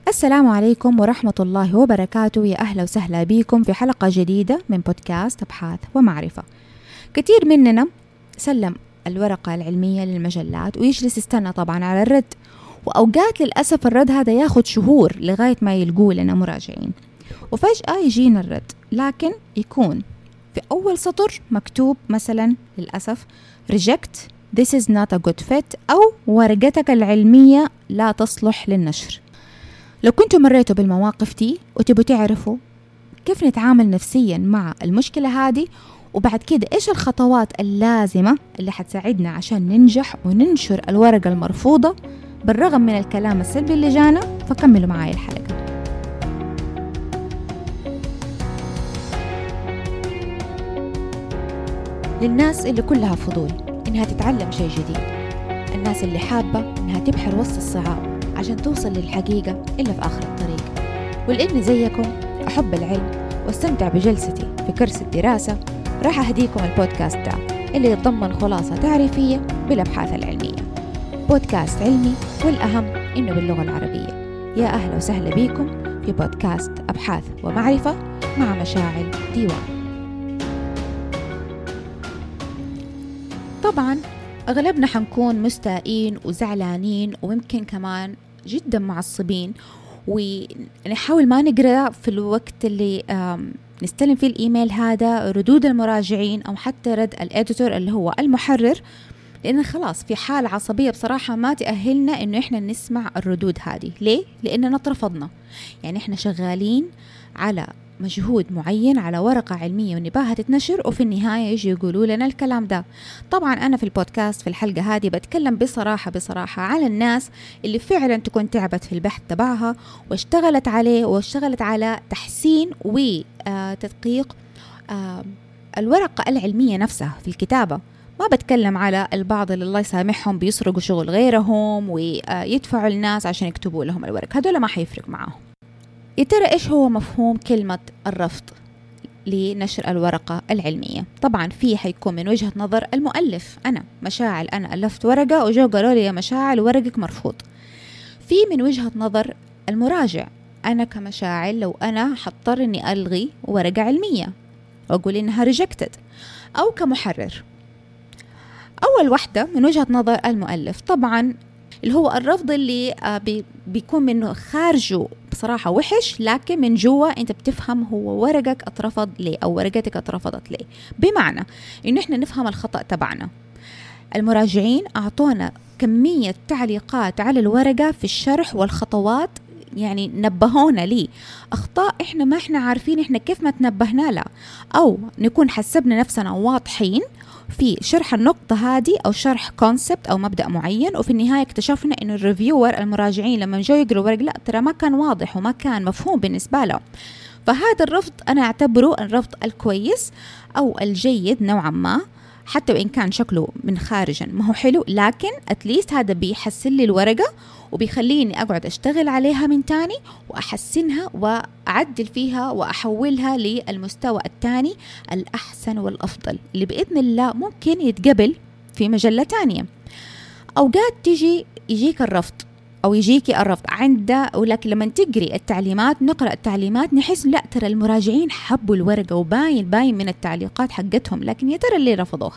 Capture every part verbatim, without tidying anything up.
السلام عليكم ورحمة الله وبركاته. يا أهلا وسهلا بكم في حلقة جديدة من بودكاست أبحاث ومعرفة. كثير مننا سلم الورقة العلمية للمجلات ويجلس يستنى طبعا على الرد، وأوقات للأسف الرد هذا ياخد شهور لغاية ما يلقوا لنا مراجعين، وفجأة يجينا الرد لكن يكون في أول سطر مكتوب مثلا للأسف reject, this is not a good fit، أو ورقتك العلمية لا تصلح للنشر. لو كنتوا مريتوا بالمواقف دي وتبوا تعرفوا كيف نتعامل نفسيا مع المشكلة هذه، وبعد كده إيش الخطوات اللازمة اللي حتساعدنا عشان ننجح وننشر الورقة المرفوضة بالرغم من الكلام السلبي اللي جانا، فكملوا معاي الحلقة. للناس اللي كلها فضول إنها تتعلم شيء جديد، الناس اللي حابة إنها تبحر وسط الصعاب عشان توصل للحقيقة إلا في آخر الطريق، ولأني زيكم أحب العلم واستمتع بجلستي في كرسي الدراسة، راح أهديكم البودكاست ده اللي يتضمن خلاصة تعريفية بالأبحاث العلمية. بودكاست علمي والأهم إنه باللغة العربية. يا أهلا وسهلا بكم في بودكاست أبحاث ومعرفة مع مشاعل ديوان. طبعا أغلبنا حنكون مستائين وزعلانين وممكن كمان جدا معصبين، ونحاول ما نقرأ في الوقت اللي نستلم فيه الإيميل هذا ردود المراجعين أو حتى رد الإديتور اللي هو المحرر، لأن خلاص في حالة عصبية بصراحة ما تأهلنا إنه إحنا نسمع الردود هذه. ليه؟ لأننا اترفضنا، يعني إحنا شغالين على مجهود معين على ورقة علمية ونباها تتنشر، وفي النهاية يجي يقولوا لنا الكلام ده. طبعا أنا في البودكاست في الحلقة هذه بتكلم بصراحة بصراحة على الناس اللي فعلا تكون تعبت في البحث تبعها واشتغلت عليه واشتغلت على تحسين وتدقيق الورقة العلمية نفسها في الكتابة. ما بتكلم على البعض اللي الله يسامحهم بيسرقوا شغل غيرهم ويدفعوا الناس عشان يكتبوا لهم الورق، هذول ما حيفرق معاهم. يا ترى إيش هو مفهوم كلمة الرفض لنشر الورقة العلمية؟ طبعا فيه حيكون من وجهة نظر المؤلف، أنا مشاعل أنا ألفت ورقة وجو قالوا لي يا مشاعل ورقك مرفوض. في من وجهة نظر المراجع، أنا كمشاعل لو أنا حضطر إني ألغي ورقة علمية وأقول إنها rejected. أو كمحرر، أول واحدة من وجهة نظر المؤلف طبعا اللي هو الرفض اللي بي بيكون منه خارجه بصراحة وحش، لكن من جوا أنت بتفهم هو ورقك اترفض ليه أو ورقتك اترفضت ليه، بمعنى إنه إحنا نفهم الخطأ تبعنا. المراجعين أعطونا كمية تعليقات على الورقة في الشرح والخطوات، يعني نبهونا ليه أخطاء إحنا ما إحنا عارفين إحنا كيف ما تنبهنا لها، أو نكون حسبنا نفسنا واضحين في شرح النقطة هذه أو شرح كونسبت أو مبدأ معين، وفي النهاية اكتشفنا إنه الريفيور المراجعين لما جو يقروا ورق لا ترى ما كان واضح وما كان مفهوم بالنسبة له. فهذا الرفض أنا أعتبره الرفض الكويس أو الجيد نوعا ما، حتى وإن كان شكله من خارجا ما هو حلو، لكن أتليست هذا بيحسن لي الورقة وبيخليني أقعد أشتغل عليها من تاني وأحسنها وأعدل فيها وأحولها للمستوى التاني الأحسن والأفضل اللي بإذن الله ممكن يتقبل في مجلة تانية. أوقات تيجي يجيك الرفض أو يجيك الرفض عنده، ولكن لما تقري التعليمات نقرأ التعليمات نحس لا ترى المراجعين حبوا الورقة وباين باين من التعليقات حقتهم، لكن يا ترى اللي رفضوها.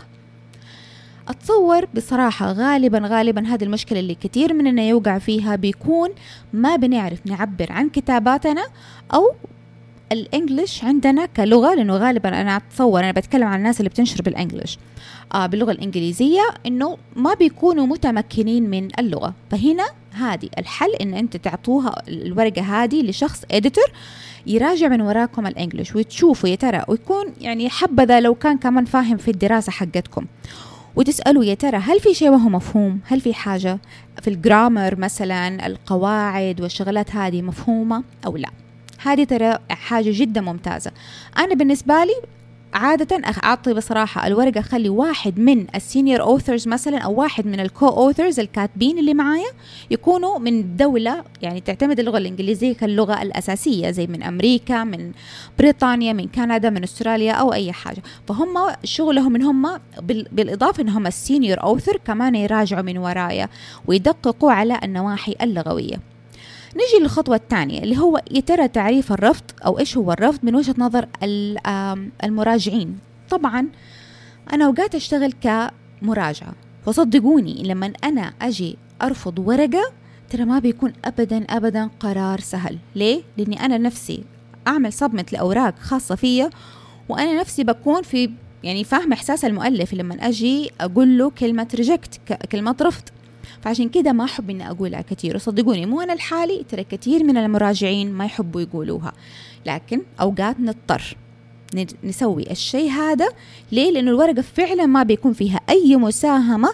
أتصور بصراحة غالبا غالبا هذه المشكلة اللي كتير مننا يوقع فيها، بيكون ما بنعرف نعبر عن كتاباتنا أو الإنجليش عندنا كلغة، لأنه غالبا أنا أتصور أنا بتكلم عن الناس اللي بتنشر بالإنجليش آه باللغة الإنجليزية إنه ما بيكونوا متمكنين من اللغة. فهنا هذه الحل إن أنت تعطوها الورقة هذه لشخص إديتور يراجع من وراكم الإنجليش وتشوفوا يا ترى، ويكون يعني حبذا لو كان كمان فاهم في الدراسة حقتكم، وتسألوا يا ترى هل في شيء وهو مفهوم، هل في حاجة في الجرامر مثلا القواعد والشغلات هذه مفهومة أو لا. هذه ترى حاجة جدا ممتازة. أنا بالنسبة لي عادة أعطي بصراحة الورقة خلي واحد من السينيور أوثرز مثلا أو واحد من الكو أوثرز الكاتبين اللي معايا يكونوا من دولة يعني تعتمد اللغة الإنجليزية كاللغة الأساسية، زي من أمريكا، من بريطانيا، من كندا، من أستراليا أو أي حاجة. فهم شغلهم إن هم بالإضافة إن هم السينيور أوثر كمان يراجعوا من ورايا ويدققوا على النواحي اللغوية. نجي للخطوة الثانية اللي هو يترى تعريف الرفض أو إيش هو الرفض من وجهة نظر المراجعين. طبعا أنا أوقات أشتغل كمراجعة، فصدقوني لما أنا أجي أرفض ورقة ترى ما بيكون أبدا أبدا قرار سهل. ليه؟ لأني أنا نفسي أعمل صبمة لأوراق خاصة فيا، وأنا نفسي بكون في يعني فاهم إحساس المؤلف لما أجي أقول له كلمة ريجكت، كلمة رفض. فعشان كده ما أحب إني أقولها كتير، وصدقوني مو أنا الحالي، ترى كتير من المراجعين ما يحبوا يقولوها، لكن أوقات نضطر نسوي الشيء هذا. ليه؟ لأنه الورقة فعلا ما بيكون فيها أي مساهمة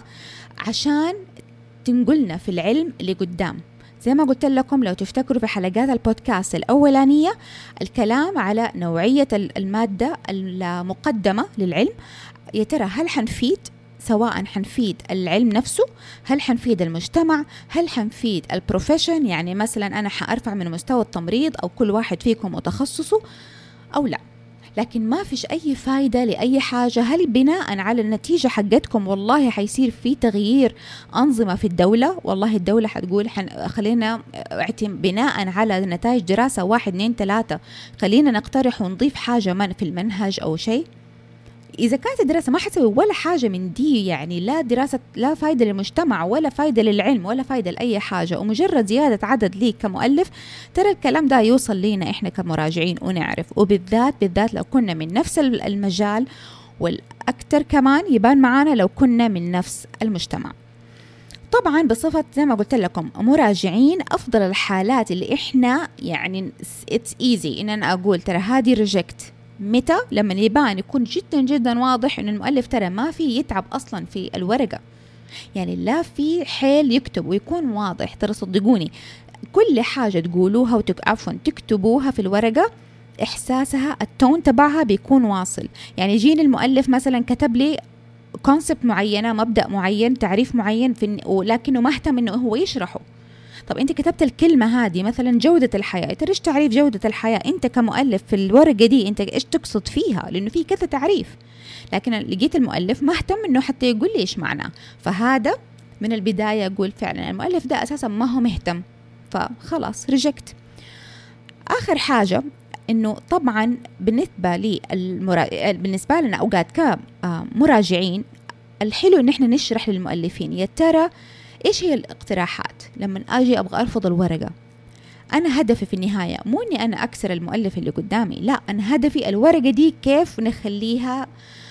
عشان تنقلنا في العلم اللي قدام. زي ما قلت لكم لو تفتكروا في حلقات البودكاست الأولانية الكلام على نوعية المادة المقدمة للعلم، يا ترى هل حنفيد، سواء حنفيد العلم نفسه، هل حنفيد المجتمع، هل حنفيد البروفيشن، يعني مثلا أنا حأرفع من مستوى التمريض أو كل واحد فيكم وتخصصه أو لا. لكن ما فيش أي فايدة لأي حاجة. هل بناء على النتيجة حقتكم والله حيصير في تغيير أنظمة في الدولة؟ والله الدولة حتقول حن خلينا بناء على نتائج دراسة واحد اثنين ثلاثة خلينا نقترح ونضيف حاجة من في المنهج أو شيء. إذا كانت الدراسة ما حتسوي ولا حاجة من دي، يعني لا دراسة، لا فايدة للمجتمع ولا فايدة للعلم ولا فايدة لأي حاجة، ومجرد زيادة عدد ليك كمؤلف، ترى الكلام ده يوصل لينا إحنا كمراجعين ونعرف. وبالذات بالذات لو كنا من نفس المجال، والأكثر كمان يبان معانا لو كنا من نفس المجتمع. طبعا بصفة زي ما قلت لكم مراجعين، أفضل الحالات اللي إحنا يعني it's easy إن أنا أقول ترى هذه reject. متى؟ لما يبان يكون جدا جدا واضح إن المؤلف ترى ما في يتعب أصلا في الورقة، يعني لا في حيل يكتب ويكون واضح. ترى صدقوني كل حاجة تقولوها وتك... عفوا تكتبوها في الورقة إحساسها التون تبعها بيكون واصل. يعني يجيني المؤلف مثلا كتب لي كونسبت معينة، مبدأ معين، تعريف معين في... ولكنه ما اهتم إنه هو يشرحه. طب أنت كتبت الكلمة هذه مثلا جودة الحياة، ترى إيش تعريف جودة الحياة؟ أنت كمؤلف في الورقة دي أنت إيش تقصد فيها؟ لأنه في كذا تعريف، لكن لقيت المؤلف ما اهتم إنه حتى يقول لي إيش معناه. فهذا من البداية أقول فعلا المؤلف ده أساسا ما هو مهتم، فخلاص ريجكت. آخر حاجة إنه طبعا بالنسبة لي المرا... بالنسبة لنا أوقات كمراجعين الحلو إن إحنا نشرح للمؤلفين يا ترى إيش هي الاقتراحات لما أجي أبغى أرفض الورقة. أنا هدفي في النهاية مو إني أنا أكسر المؤلف اللي قدامي، لا، أنا هدفي الورقة دي كيف نخليها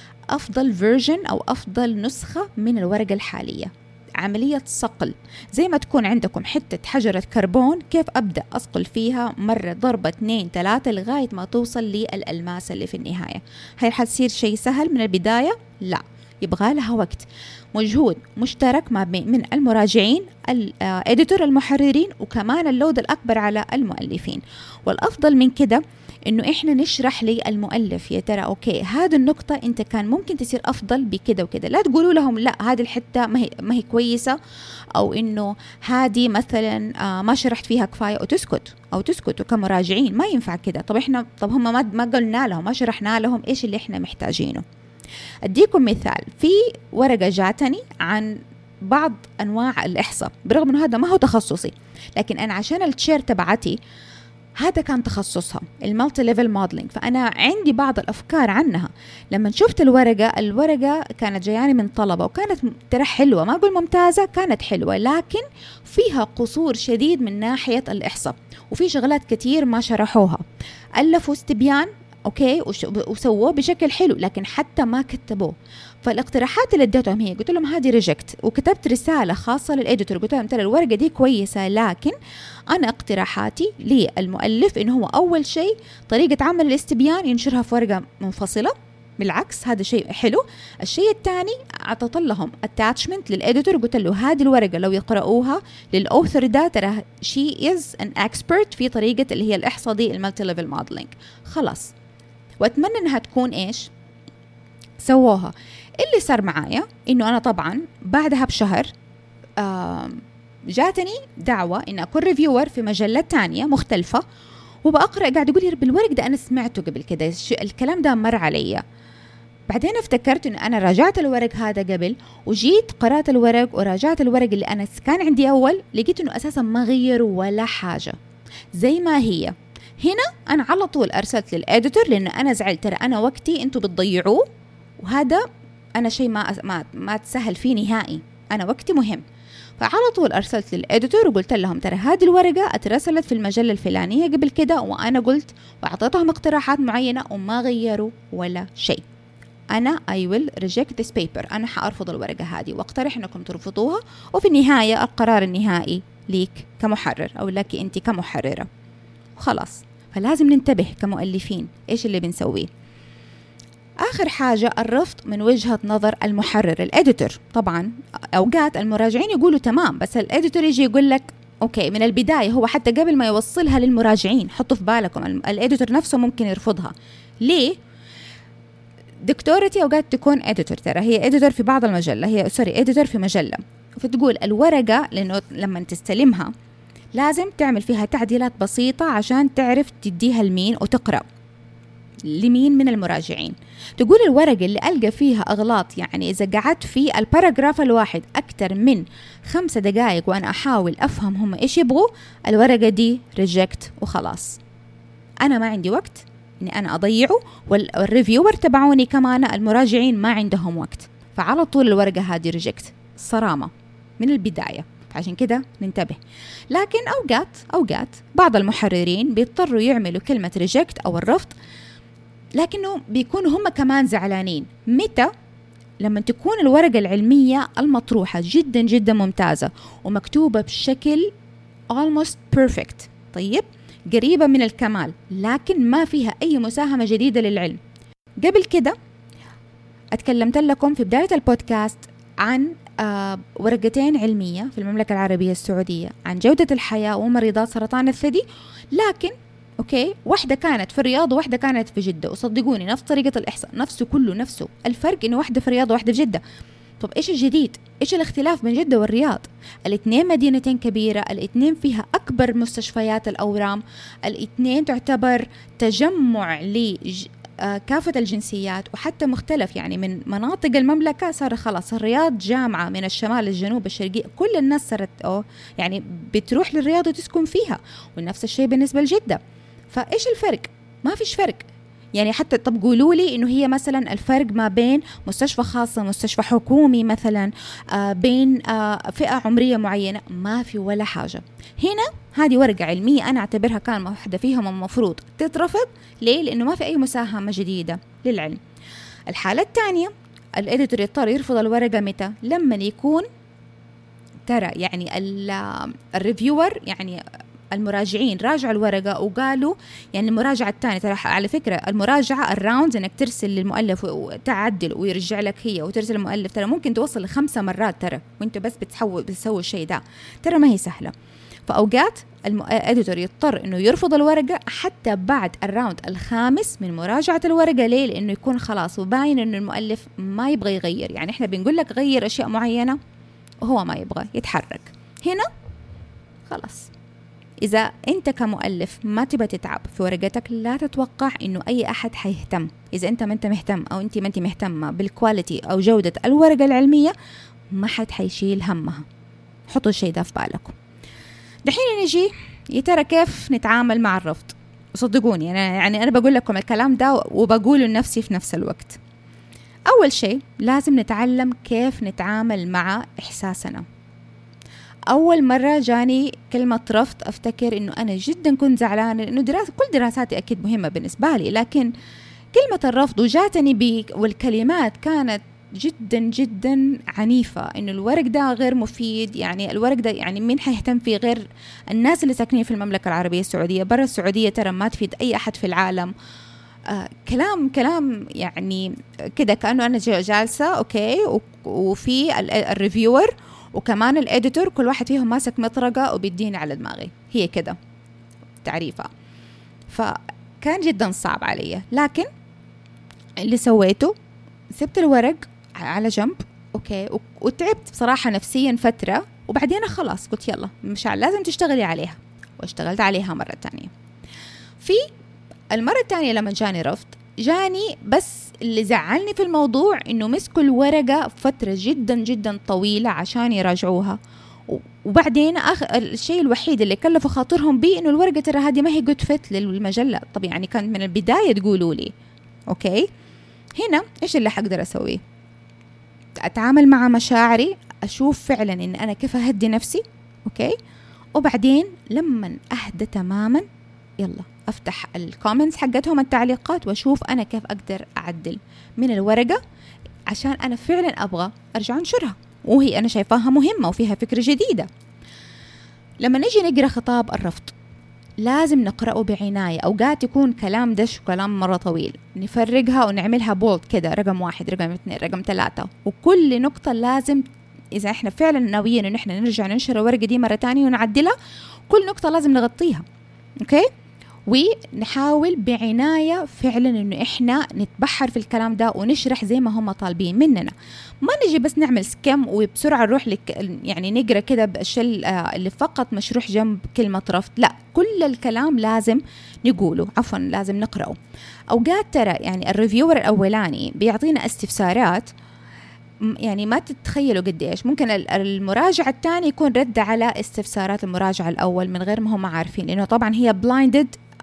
أفضل فيرجن أو أفضل نسخة من الورقة الحالية. عملية صقل، زي ما تكون عندكم حتة حجرة كربون، كيف أبدأ أصقل فيها مرة ضربة اثنين ثلاثة لغاية ما توصل للألماس اللي في النهاية. هل حتصير شيء سهل من البداية؟ لا، يبغى لها وقت، مجهود مشترك ما بين من المراجعين، الإديتور، المحررين، وكمان اللود الأكبر على المؤلفين. والأفضل من كده إنه إحنا نشرح للمؤلف يا ترى أوكي هذه النقطة أنت كان ممكن تصير أفضل بكده وكده. لا تقولوا لهم لا هذه الحتة ما هي ما هي كويسة، أو إنه هذه مثلا ما شرحت فيها كفاية، أو تسكت أو تسكتوا كمراجعين. ما ينفع كده. طب إحنا طب هم ما ما قلنا لهم، ما شرحنا لهم إيش اللي إحنا محتاجينه. أديكم مثال، في ورقة جاتني عن بعض أنواع الإحصاء، برغم أنه هذا ما هو تخصصي، لكن أنا عشان التشير تبعتي هذا كان تخصصها، المالتي ليفل موديلينج، فأنا عندي بعض الأفكار عنها. لما شفت الورقة الورقة كانت جاياني من طلبة، وكانت ترى حلوة، ما أقول ممتازة، كانت حلوة، لكن فيها قصور شديد من ناحية الإحصاء، وفي شغلات كتير ما شرحوها. ألفوا استبيان أوكي وسووه بشكل حلو، لكن حتى ما كتبوه. فالاقتراحات اللي اديتهم هي قلت لهم هذه ريجكت، وكتبت رسالة خاصة للإديتور قلت لهم ترى الورقة دي كويسة، لكن أنا اقتراحاتي للمؤلف إنه هو أول شيء طريقة عمل الاستبيان ينشرها في ورقة منفصلة، بالعكس هذا شيء حلو. الشيء الثاني أعطت لهم attachment للإديتور، قلت له هذه الورقة لو يقرأوها للأوثر ده ترى she is an expert في طريقة اللي هي الإحصاء دي المالتي ليفل موديلينج. خلاص، وأتمنى أنها تكون إيش سووها. اللي صار معايا إنه أنا طبعا بعدها بشهر جاتني دعوة إن أكون ريفيور في مجلة تانية مختلفة، وبأقرأ قاعد يقول لي بالورق ده أنا سمعته قبل كده، الكلام ده مر عليا. بعدين افتكرت إنه أنا راجعت الورق هذا قبل، وجيت قرأت الورق وراجعت الورق اللي أنا كان عندي أول، لقيت إنه أساسا ما غيروا ولا حاجة زي ما هي. هنا أنا على طول أرسلت للإديتور، لأنه أنا زعلت، ترى أنا وقتي أنتوا بتضيعوه، وهذا أنا شيء ما ما ما تسهل فيه نهائي، أنا وقتي مهم. فعلى طول أرسلت للإديتور وقلت لهم ترى هذه الورقة اترسلت في المجلة الفلانية قبل كده، وأنا قلت وأعطيتهم اقتراحات معينة وما غيروا ولا شيء. أنا I will reject this paper، أنا حأرفض الورقة هذه وأقترح أنكم ترفضوها، وفي النهاية القرار النهائي ليك كمحرر أو لك أنت كمحررة، وخلاص. فلازم ننتبه كمؤلفين إيش اللي بنسويه. آخر حاجة الرفض من وجهة نظر المحرر الإديتور. طبعا أوقات المراجعين يقولوا تمام، بس الإديتور يجي يقول لك أوكي من البداية، هو حتى قبل ما يوصلها للمراجعين. حطوا في بالكم الإديتور نفسه ممكن يرفضها. ليه؟ دكتورتي أوقات تكون إديتور، ترى هي إديتور في بعض المجلة، هي سوري إديتور في مجلة، فتقول الورقة لأنه لما تستلمها لازم تعمل فيها تعديلات بسيطة عشان تعرف تديها لمين وتقرأ لمين من المراجعين. تقول الورقة اللي ألقى فيها أغلاط، يعني إذا قعدت في الباراجراف الواحد أكتر من خمسة دقائق وأنا أحاول أفهم هم إيش يبغوا، الورقة دي ريجكت وخلاص. أنا ما عندي وقت إني أنا أضيعه، والريفيور تبعوني كمان المراجعين ما عندهم وقت، فعلى طول الورقة هذه ريجكت صرامة من البداية. عشان كده ننتبه. لكن أوقات أوقات بعض المحررين بيضطروا يعملوا كلمة ريجكت أو الرفض، لكنه بيكونوا هم كمان زعلانين. متى؟ لما تكون الورقة العلمية المطروحة جدا جدا ممتازة ومكتوبة بشكل almost perfect، طيب قريبة من الكمال، لكن ما فيها أي مساهمة جديدة للعلم. قبل كده أتكلمت لكم في بداية البودكاست عن آه ورقتين علمية في المملكة العربية السعودية عن جودة الحياة ومريضات سرطان الثدي، لكن أوكي واحدة كانت في الرياض وواحدة كانت في جدة، وصدقوني نفس طريقة الإحصاء، نفسه كله نفسه، الفرق إنه واحدة في الرياض وواحدة في جدة. طب إيش الجديد؟ إيش الاختلاف بين جدة والرياض؟ الاثنين مدينتين كبيرة، الاثنين فيها أكبر مستشفيات الأورام، الاثنين تعتبر تجمع لكافة الجنسيات وحتى مختلف، يعني من مناطق المملكة صار خلاص الرياض جامعة من الشمال للجنوب الشرقي، كل الناس صارت أو يعني بتروح للرياض وتسكن فيها، ونفس الشيء بالنسبة لجدة. فإيش الفرق؟ ما فيش فرق. يعني حتى طب قولوا لي إنه هي مثلا الفرق ما بين مستشفى خاصة مستشفى حكومي مثلا، آه بين آه فئة عمرية معينة، ما في ولا حاجة. هنا هذه ورقة علمية أنا أعتبرها كان واحدة فيهم المفروض تترفض. ليه؟ لأنه ما في أي مساهمة جديدة للعلم. الحالة الثانية الإديتور يضطر يرفض الورقة متى؟ لما يكون ترى يعني الريفيور يعني المراجعين راجعوا الورقة وقالوا يعني المراجعة الثانية، ترى على فكرة المراجعة الراوندز انك ترسل للمؤلف وتعدل ويرجع لك هي وترسل للمؤلف، ترى ممكن توصل لخمسة مرات ترى، وانت بس بتحول بتسوي الشيء ده، ترى ما هي سهلة. فأوقات الإديتور يضطر انه يرفض الورقة حتى بعد الراوند الخامس من مراجعة الورقة. ليه؟ لانه يكون خلاص وباين انه المؤلف ما يبغى يغير، يعني احنا بنقول لك غير اشياء معينة وهو ما يبغى يتحرك. هنا خلاص إذا أنت كمؤلف ما تبى تتعب في ورقتك، لا تتوقع إنه أي أحد حيهتم. إذا أنت ما أنت مهتم أو أنت ما أنت مهتمة بالكواليتي أو جودة الورقة العلمية، ما حد حيشيل همها. حطوا الشيء ده في بالكم. دحين نجي يترى كيف نتعامل مع الرفض. صدقوني أنا يعني أنا بقول لكم الكلام ده وبقوله لنفسي في نفس الوقت. أول شيء لازم نتعلم كيف نتعامل مع إحساسنا. أول مرة جاني كلمة رفض أفتكر إنه أنا جدا كنت زعلانة، لأنه دراسة كل دراساتي أكيد مهمة بالنسبة لي، لكن كلمة الرفض وجاتني ب والكلمات كانت جدا جدا عنيفة، إنه الورق ده غير مفيد، يعني الورق ده يعني مين حيهتم فيه غير الناس اللي ساكنين في المملكة العربية السعودية، برا السعودية ترى ما تفيد أي أحد في العالم. آه كلام كلام يعني كده كأنه أنا جالسة أوكي وفي الريفيور وكمان الإديتور كل واحد فيهم ماسك مطرقة وبيديني على دماغي، هي كده تعريفة. فكان جدا صعب علي، لكن اللي سويته سبت الورق على جنب أوكي، وتعبت بصراحة نفسيا فترة، وبعدين خلاص قلت يلا مش لازم تشتغلي عليها، واشتغلت عليها مرة تانية. في المرة الثانية لما جاني رفض جاني بس اللي زعلني في الموضوع إنه مسكوا الورقة فترة جدا جدا طويلة عشان يراجعوها، وبعدين أخ... الشيء الوحيد اللي كلفوا خاطرهم بيه إنه الورقة ترى هذه ما هي جود فيت للمجلة. طب يعني كانت من البداية تقولوا لي. أوكي، هنا إيش اللي حقدر أسويه؟ أتعامل مع مشاعري، أشوف فعلا إن أنا كيف أهدي نفسي. أوكي، وبعدين لما أهدى تماما يلا أفتح الكومنتس حقتهم، التعليقات، وأشوف أنا كيف أقدر أعدل من الورقة عشان أنا فعلا أبغى أرجع أنشرها، وهي أنا شايفاها مهمة وفيها فكرة جديدة. لما نجي نقرأ خطاب الرفض لازم نقرأه بعناية. أوقات يكون كلام دش وكلام مرة طويل، نفرقها ونعملها بولد كده، رقم واحد، رقم اثنين، رقم ثلاثة، وكل نقطة لازم إذا إحنا فعلا ناويين إن إحنا نرجع ننشر الورقة دي مرة تانية ونعدلها، كل نقطة لازم نغطيها. أوكي، ونحاول بعناية فعلا إنه إحنا نتبحر في الكلام ده ونشرح زي ما هم طالبين مننا. ما نجي بس نعمل سكم وبسرعة نروح لك يعني نقرأ كده بالشل اللي فقط مشروح جنب كلمة رفض. لا، كل الكلام لازم نقوله، عفوا لازم نقرأه. أوقات ترى يعني الريفيور الأولاني بيعطينا استفسارات يعني ما تتخيلوا قديش ممكن المراجع الثاني يكون رد على استفسارات المراجع الأول من غير ما هم عارفين، لأنه طبعا هي blinded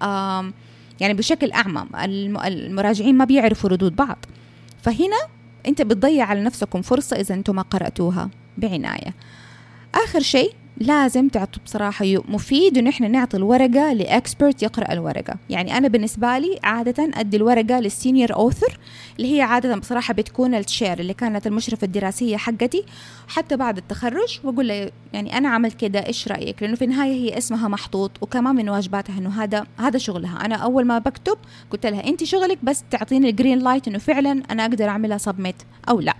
يعني بشكل أعمى، المراجعين ما بيعرفوا ردود بعض. فهنا أنت بتضيع على نفسكم فرصة إذا أنتم ما قرأتوها بعناية. آخر شيء لازم تعطوا بصراحة مفيد إنه إحنا نعطي الورقة لإكسبرت يقرأ الورقة. يعني أنا بالنسبة لي عادة أدي الورقة للسينيور أوثر اللي هي عادة بصراحة بتكون التشير اللي كانت المشرفة الدراسية حقتي حتى بعد التخرج، وأقول له يعني أنا عملت كده، إيش رأيك؟ لأنه في النهاية هي اسمها محطوط، وكمان من واجباتها إنه هذا هذا شغلها. أنا أول ما بكتب قلت لها أنت شغلك بس تعطيني الجرين لايت إنه فعلا أنا أقدر أعملها سبميت أو لا.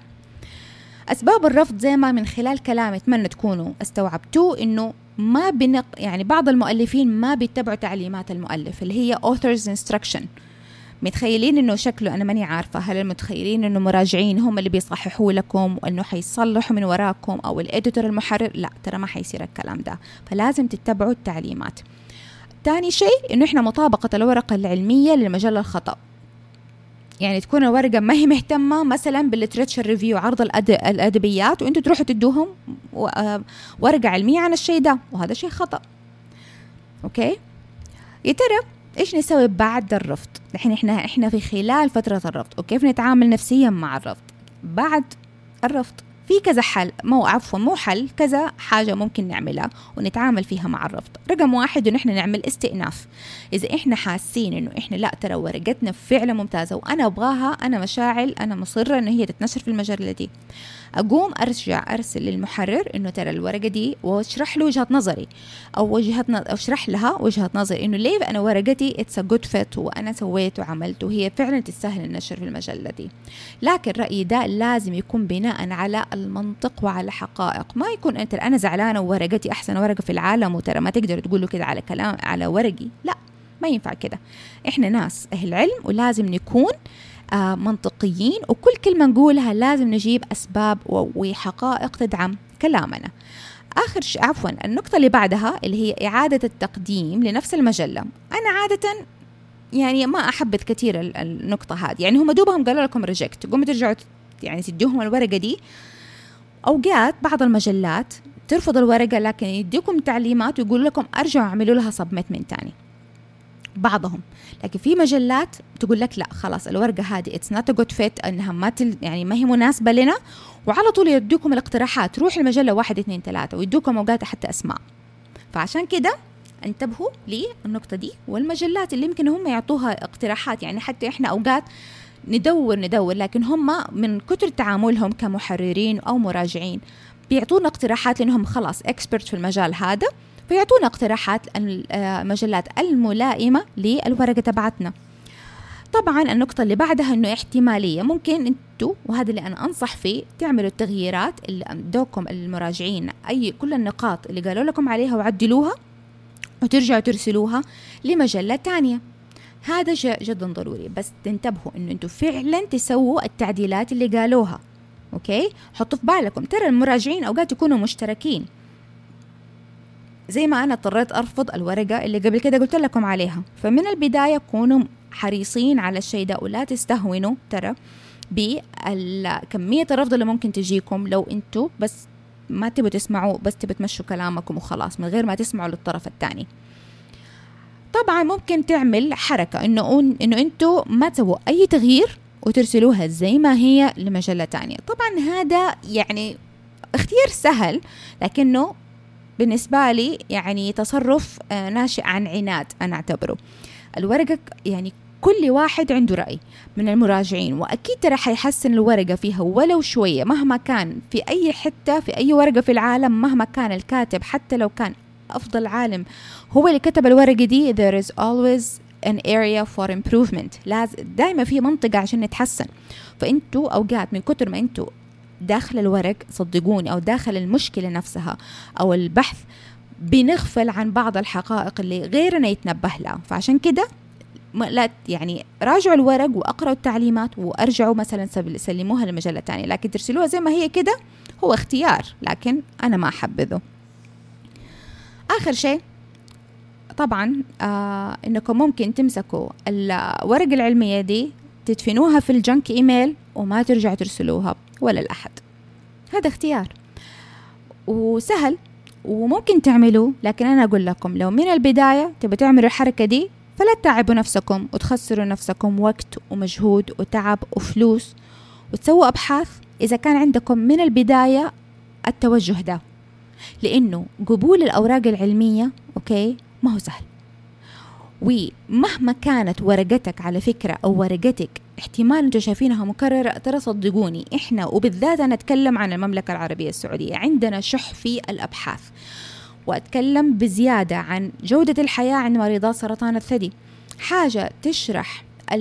أسباب الرفض زي ما من خلال كلامي أتمنى تكونوا استوعبتوه، إنه ما بنق يعني بعض المؤلفين ما بيتبعوا تعليمات المؤلف اللي هي author's instruction. متخيلين إنه شكله أنا ماني عارفة، هل المتخيلين إنه مراجعين هم اللي بيصححوا لكم وإنه حيصلحوا من وراكم أو الإديتور المحرر؟ لا، ترى ما حيصير الكلام ده، فلازم تتبعوا التعليمات. تاني شيء إنه إحنا مطابقة الورقة العلمية للمجلة الخطأ. يعني تكون الورقة ما هي مهتمة مثلا بالليتريتشر ريفيو عرض الأدبيات وانتوا تروحوا تدوهم ورقة علمية عن الشيء ده، وهذا شيء خطأ. أوكي، يا ترى إيش نسوي بعد الرفض؟ الحين إحنا إحنا في خلال فترة الرفض، وكيف نتعامل نفسيا مع الرفض بعد الرفض؟ في كذا حل، مو عفوا مو حل، كذا حاجة ممكن نعملها ونتعامل فيها مع الرفض. رقم واحد إنه إحنا نعمل استئناف. إذا إحنا حاسين إنه إحنا لا ترى ورقتنا فعلا ممتازة وأنا أبغاها، أنا مشاعل، أنا مصرة إنه هي تتنشر في المجلة دي، أقوم أرجع أرسل للمحرر إنه ترى الورقة دي واشرح له وجهة نظري، أو وجهة أشرح لها وجهة نظري إنه ليه أنا ورقتي it's a good fit وأنا سويت وعملت وهي فعلا تستاهل النشر في المجلة دي. لكن رأيي ده لازم يكون بناء على المنطق وعلى حقائق، ما يكون أنت أنا زعلانة وورقتي أحسن ورقة في العالم وترى ما تقدر تقوله كده على كلام على ورقي. لا، ما ينفع كده. إحنا ناس أهل علم ولازم نكون آه منطقيين، وكل كلمة نقولها لازم نجيب أسباب وحقائق تدعم كلامنا. آخر شيء عفوا النقطة اللي بعدها اللي هي إعادة التقديم لنفس المجلة. أنا عادة يعني ما أحبت كثير النقطة هذه، يعني هم دوبهم قالوا لكم ريجكت قوموا ترجعوا يعني تديهم الورقة دي. أوقات بعض المجلات ترفض الورقة لكن يديكم تعليمات ويقولوا لكم أرجعوا اعملوا لها سبميت من تاني بعضهم. لكن في مجلات تقول لك لا خلاص الورقة هذه it's not a good fit، أنها ما تل يعني ما هي مناسبة لنا، وعلى طول يدوكم الاقتراحات، روح المجلة واحد اثنين ثلاثة، ويدوكم أوقات حتى أسماء. فعشان كده انتبهوا للنقطة دي. والمجلات اللي يمكن هم يعطوها اقتراحات، يعني حتى إحنا أوقات ندور ندور لكن هم من كتر تعاملهم كمحررين أو مراجعين بيعطونا اقتراحات لأنهم خلاص expert في المجال هذا، فيعطونا اقتراحات المجلات الملائمة للورقة تبعتنا. طبعا النقطة اللي بعدها انه احتمالية ممكن انتوا، وهذا اللي انا انصح فيه، تعملوا التغييرات اللي ادوكم المراجعين اي كل النقاط اللي قالوا لكم عليها وعدلوها وترجعوا ترسلوها لمجلة تانية. هذا شيء جدا ضروري، بس تنتبهوا انه انتوا فعلا تسووا التعديلات اللي قالوها. اوكي، حطوا في بالكم ترى المراجعين اوقات يكونوا مشتركين، زي ما أنا اضطريت أرفض الورقة اللي قبل كده قلت لكم عليها، فمن البداية كونوا حريصين على الشيء ده، ولا تستهونوا ترى بكمية الرفض اللي ممكن تجيكم لو انتوا بس ما تبوا تسمعوا، بس تبوا تمشوا كلامكم وخلاص من غير ما تسمعوا للطرف الثاني. طبعا ممكن تعمل حركة انه انه انتوا ما تسووا اي تغيير وترسلوها زي ما هي لمجلة تانية. طبعا هذا يعني اختيار سهل، لكنه بالنسبة لي يعني تصرف ناشئ عن عناد. أنا أعتبره الورقة يعني كل واحد عنده رأي من المراجعين، وأكيد ترى حيحسن الورقة فيها ولو شوية مهما كان في أي حتة في أي ورقة في العالم، مهما كان الكاتب حتى لو كان أفضل عالم هو اللي كتب الورقة دي، there is always an area for improvement. لازم دائما في منطقة عشان نتحسن. فأنتوا أوقات من كتر ما أنتوا داخل الورق صدقوني أو داخل المشكلة نفسها أو البحث بنغفل عن بعض الحقائق اللي غيرنا يتنبه لها. فعشان كده لا يعني راجعوا الورق وأقرأوا التعليمات وأرجعوا مثلا سلموها لمجلة تانية، لكن ترسلوها زي ما هي كده هو اختيار، لكن أنا ما أحبذه. آخر شيء طبعا آه إنكم ممكن تمسكوا الورق العلمية دي تدفنوها في الجنك إيميل وما ترجعوا ترسلوها ولا الأحد. هذا اختيار وسهل وممكن تعملوه، لكن أنا أقول لكم لو من البداية تبوا تعملوا الحركة دي فلا تتعبوا نفسكم وتخسروا نفسكم وقت ومجهود وتعب وفلوس وتسووا أبحاث إذا كان عندكم من البداية التوجه ده، لأنه قبول الأوراق العلمية أوكي ما هو سهل. ومهما كانت ورقتك على فكرة أو ورقتك احتمال أنتوا شايفينها مكررة، ترى صدقوني إحنا وبالذات أنا أتكلم عن المملكة العربية السعودية عندنا شح في الأبحاث، وأتكلم بزيادة عن جودة الحياة عند مريضات سرطان الثدي، حاجة تشرح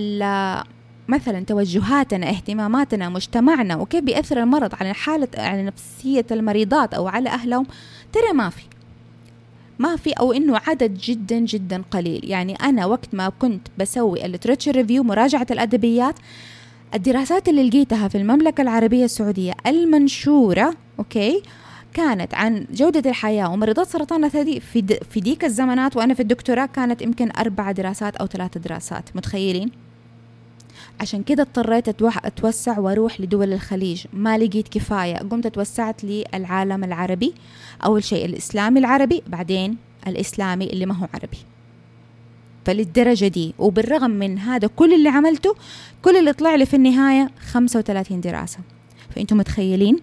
مثلا توجهاتنا اهتماماتنا مجتمعنا وكيف بيأثر المرض على حالة على نفسية المريضات أو على أهلهم. ترى ما في ما في أو إنه عدد جدا جدا قليل. يعني أنا وقت ما كنت بسوي الليتراتشر ريفيو مراجعة الأدبيات، الدراسات اللي لقيتها في المملكة العربية السعودية المنشورة أوكي كانت عن جودة الحياة ومريضات سرطان الثدي في د... في ديك الزمانات وأنا في الدكتوراه كانت يمكن أربع دراسات أو ثلاث دراسات، متخيلين؟ عشان كده اضطريت أتوح... أتوسع وأروح لدول الخليج، ما لقيت كفاية، قمت توسعت للعالم العربي، أول شيء الإسلامي العربي، بعدين الإسلامي اللي ما هو عربي. فللدرجة دي وبالرغم من هذا كل اللي عملته كل اللي طلع لي في النهاية خمسة وثلاثين دراسة. فأنتم متخيلين؟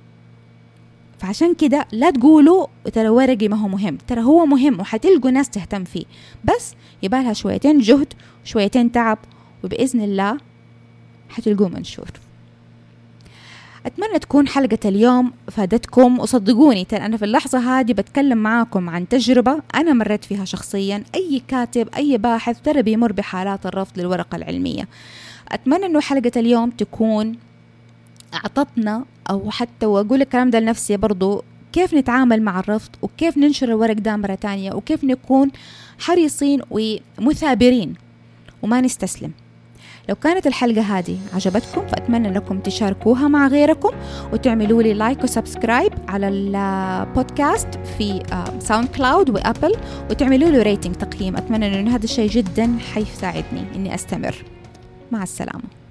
فعشان كده لا تقولوا ترى ورقي ما هو مهم، ترى هو مهم وحتلقوا ناس تهتم فيه، بس يبالها شويتين جهد شويتين تعب وبإذن الله حتلقوه منشور. أتمنى تكون حلقة اليوم فادتكم، وصدقوني ترى أنا في اللحظة هذه بتكلم معاكم عن تجربة أنا مريت فيها شخصيا. أي كاتب أي باحث ترى بيمر بحالات الرفض للورقة العلمية. أتمنى أنه حلقة اليوم تكون أعطتنا أو حتى وأقول الكلام ده لنفسي برضو كيف نتعامل مع الرفض وكيف ننشر الورق ده مرة تانية وكيف نكون حريصين ومثابرين وما نستسلم. لو كانت الحلقة هذه عجبتكم فأتمنى لكم تشاركوها مع غيركم وتعملوا لي لايك وسبسكرايب على البودكاست في ساوند كلاود وأبل وتعملوا له ريتنج تقييم. أتمنى أن هذا الشيء جدا حيساعدني إني أستمر. مع السلامة.